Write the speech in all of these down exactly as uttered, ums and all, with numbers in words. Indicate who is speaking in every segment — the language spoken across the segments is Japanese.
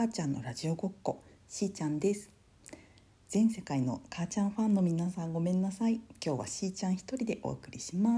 Speaker 1: 母ちゃんのラジオごっこ、しーちゃんです。全世界の母ちゃんファンの皆さん、ごめんなさい。今日はしーちゃん一人でお送りします。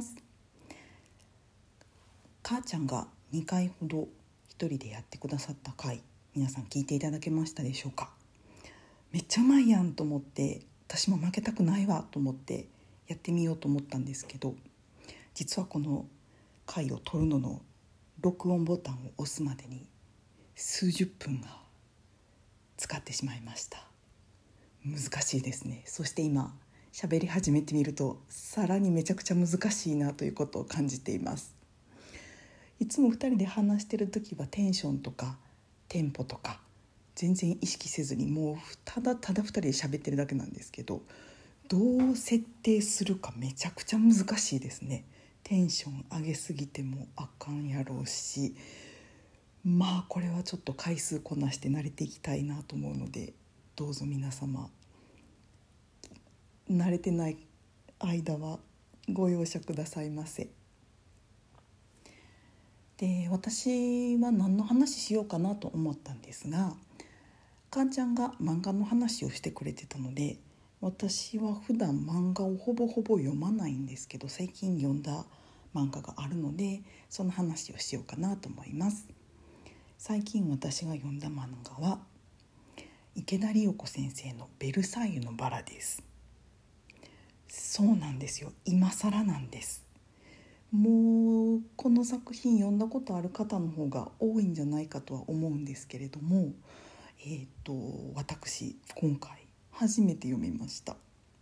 Speaker 1: 母ちゃんがにかいほど一人でやってくださった回、皆さん聞いていただけましたでしょうか。めっちゃうまいやんと思って、私も負けたくないわと思ってやってみようと思ったんですけど、実はこの回を撮るのの録音ボタンを押すまでに数十分が使ってしまいました。難しいですね。そして今喋り始めてみると、さらにめちゃくちゃ難しいなということを感じています。いつもふたりで話してる時はテンションとかテンポとか全然意識せずに、もうただただふたりで喋ってるだけなんですけど、どう設定するかめちゃくちゃ難しいですね。テンション上げすぎてもあかんやろうし、まあこれはちょっと回数こなして慣れていきたいなと思うので、どうぞ皆様慣れてない間はご容赦くださいませ。で、私は何の話しようかなと思ったんですが、母ちゃんが漫画の話をしてくれてたので、私は普段漫画をほぼほぼ読まないんですけど、最近読んだ漫画があるので、その話をしようかなと思います。最近私が読んだ漫画は池田理代子先生のベルサイユのバラです。そうなんですよ、今更なんです。もうこの作品読んだことある方の方が多いんじゃないかとは思うんですけれども、えーと私今回初めて読みました。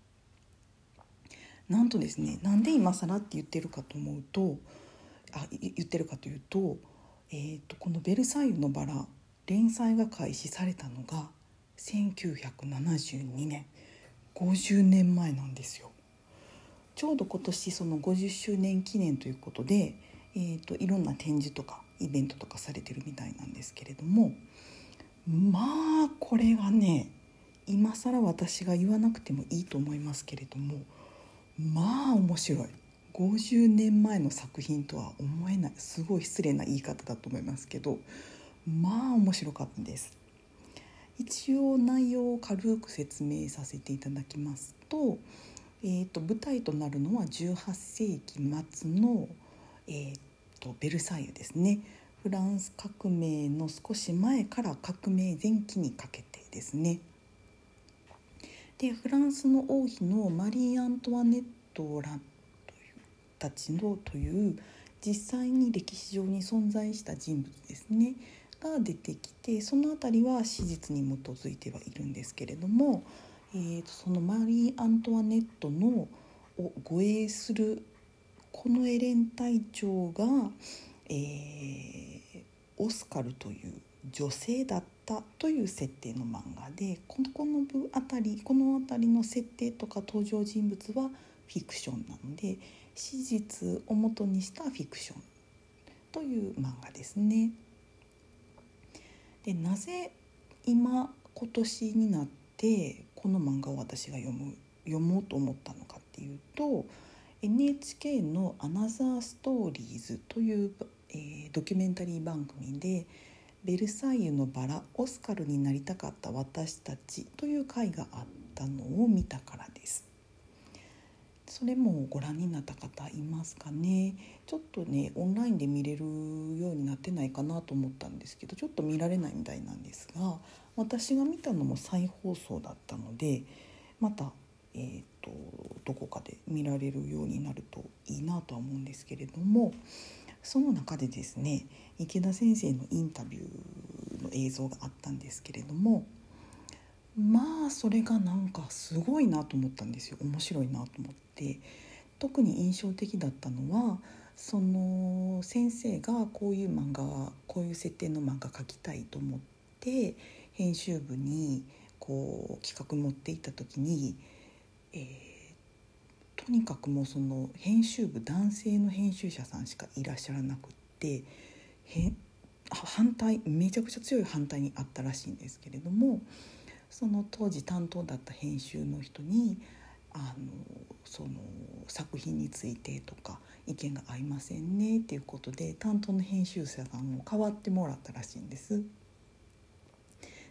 Speaker 1: なんとですね、なんで今更って言ってるかと思うとあ言ってるかというと、えーとこのベルサイユのバラ、連載が開始されたのがせんきゅうひゃくななじゅうにねん、ごじゅうねんまえなんですよ。ちょうど今年そのごじゅっしゅうねん記念ということで、えーといろんな展示とかイベントとかされてるみたいなんですけれども、まあこれがね、今更私が言わなくてもいいと思いますけれども、まあ面白い。ごじゅうねんまえの作品とは思えない、すごい失礼な言い方だと思いますけど、まあ面白かったです。一応内容を軽く説明させていただきますと、えー、と舞台となるのはじゅうはっせいき末の、えー、とベルサイユですね。フランス革命の少し前から革命前期にかけてですね。でフランスの王妃のマリー・アントワネットらたちのという実際に歴史上に存在した人物ですねが出てきて、そのあたりは史実に基づいてはいるんですけれども、えー、とそのマリー・アントワネットのを護衛するこのエレン隊長が、えー、オスカルという女性だったという設定の漫画で、このこの部あたりこのあたりの設定とか登場人物はフィクションなので、史実をもとにしたフィクションという漫画ですね。でなぜ今今年になってこの漫画を私が読む読もうと思ったのかっていうと、 エヌエイチケー のアナザーストーリーズという、えー、ドキュメンタリー番組でベルサイユのバラ、オスカルになりたかった私たちという回があったのを見たからです。それもご覧になった方いますかね。ちょっとねオンラインで見れるようになってないかなと思ったんですけど、ちょっと見られないみたいなんですが、私が見たのも再放送だったので、また、えーと、どこかで見られるようになるといいなとは思うんですけれども、その中でですね、池田先生のインタビューの映像があったんですけれども、まあそれがなんかすごいなと思ったんですよ。面白いなと思って、特に印象的だったのは、その先生がこういう漫画こういう設定の漫画描きたいと思って編集部にこう企画持っていった時に、えー、とにかくもうその編集部男性の編集者さんしかいらっしゃらなくって、へ反対めちゃくちゃ強い反対にあったらしいんですけれども、その当時担当だった編集の人にあのその作品についてとか意見が合いませんねっていうことで担当の編集者さんも代わってもらったらしいんです。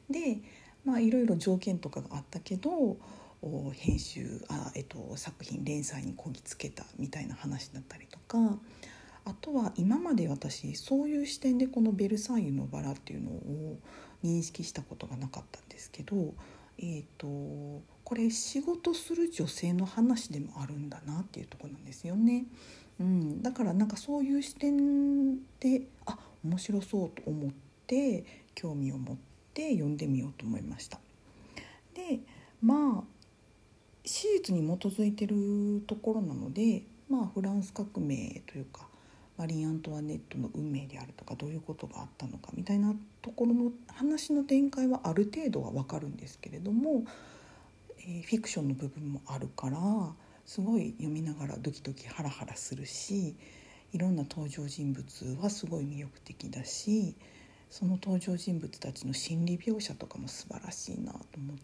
Speaker 1: で、まあ、いろいろ条件とかがあったけど編集あ、えっと、作品連載にこぎつけたみたいな話だったりとか、あとは今まで私そういう視点でこのベルサイユのバラっていうのを認識したことがなかったんですけど、えーと、これ仕事する女性の話でもあるんだなっていうところなんですよね。うん、だからなんかそういう視点であ面白そうと思って興味を持って読んでみようと思いました。でまあ史実に基づいてるところなので、まあ、フランス革命というかマリー・アントワネットの運命であるとかどういうことがあったのかみたいなところの話の展開はある程度は分かるんですけれども、えー、フィクションの部分もあるからすごい読みながらドキドキハラハラするし、いろんな登場人物はすごい魅力的だし、その登場人物たちの心理描写とかも素晴らしいなと思って、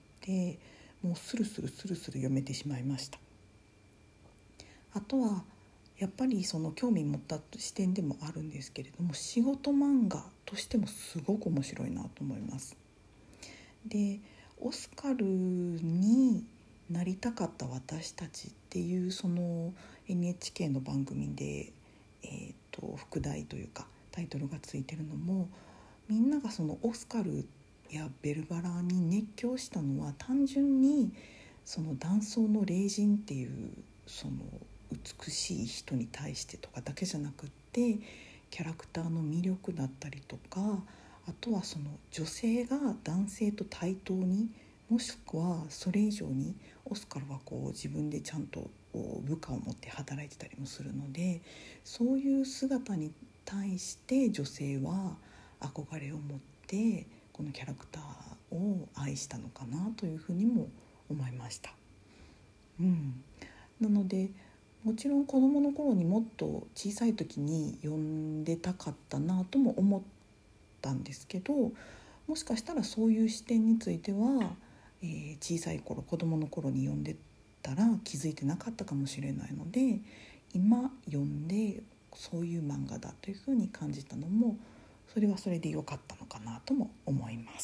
Speaker 1: もうスルスルスルスル読めてしまいました。あとはやっぱりその興味持った視点でもあるんですけれども、仕事漫画としてもすごく面白いなと思います。でオスカルになりたかった私たちっていうその エヌエイチケー の番組で、えー、と副題というかタイトルがついてるのも、みんながそのオスカルやベルバラに熱狂したのは単純にその男装の麗人っていうその美しい人に対してとかだけじゃなくって、キャラクターの魅力だったりとか、あとはその女性が男性と対等に、もしくはそれ以上にオスカルはこう自分でちゃんと部下を持って働いてたりもするので、そういう姿に対して女性は憧れを持ってこのキャラクターを愛したのかなというふうにも思いました。うん、なのでもちろん子どもの頃にもっと小さい時に読んでたかったなとも思ったんですけど、もしかしたらそういう視点については、えー、小さい頃子どもの頃に読んでたら気づいてなかったかもしれないので、今読んでそういう漫画だというふうに感じたのも、それはそれで良かったのかなとも思います。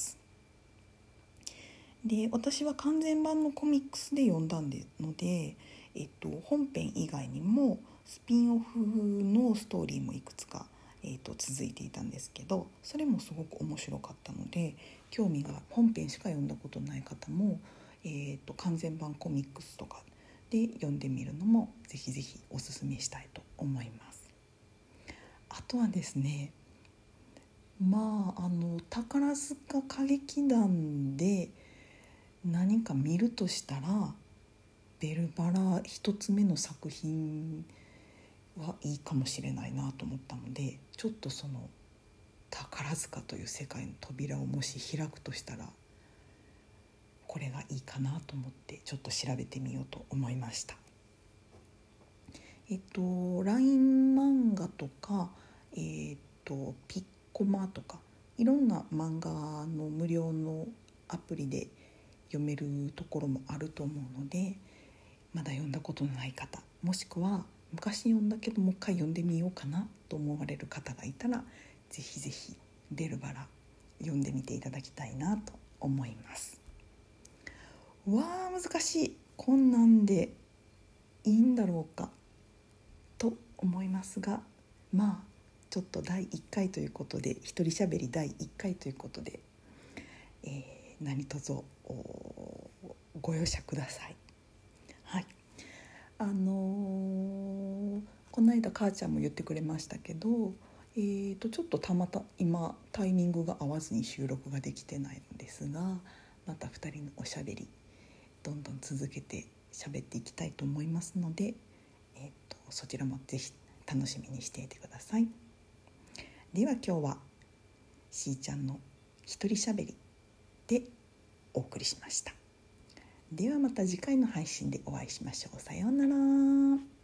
Speaker 1: で私は完全版のコミックスで読んだので、えっと、本編以外にもスピンオフのストーリーもいくつか、えっと、続いていたんですけど、それもすごく面白かったので、興味が本編しか読んだことない方も、えっと、完全版コミックスとかで読んでみるのもぜひぜひおすすめしたいと思います。あとはですね、まああの宝塚歌劇団で何か見るとしたらベルバラ一つ目の作品はいいかもしれないなと思ったので、ちょっとその宝塚という世界の扉をもし開くとしたらこれがいいかなと思ってちょっと調べてみようと思いました。えっと ライン 漫画とか、えっとピッコマとかいろんな漫画の無料のアプリで読めるところもあると思うので、まだ読んだことのない方、もしくは昔読んだけどもう一回読んでみようかなと思われる方がいたら、ぜひぜひベルバラ読んでみていただきたいなと思います。わあ難しい、こんなんでいいんだろうかと思いますが、まあちょっとだいいっかいということで、一人しゃべりだいいっかいということで、えー、何卒ご容赦ください。はい、あのー、この間母ちゃんも言ってくれましたけど、えー、とちょっとたまた今タイミングが合わずに収録ができてないのですが、またふたりのおしゃべりどんどん続けて喋っていきたいと思いますので、えー、とそちらもぜひ楽しみにしていてください。では今日はしーちゃんの一人しゃべりでお送りしました。ではまた次回の配信でお会いしましょう。さようなら。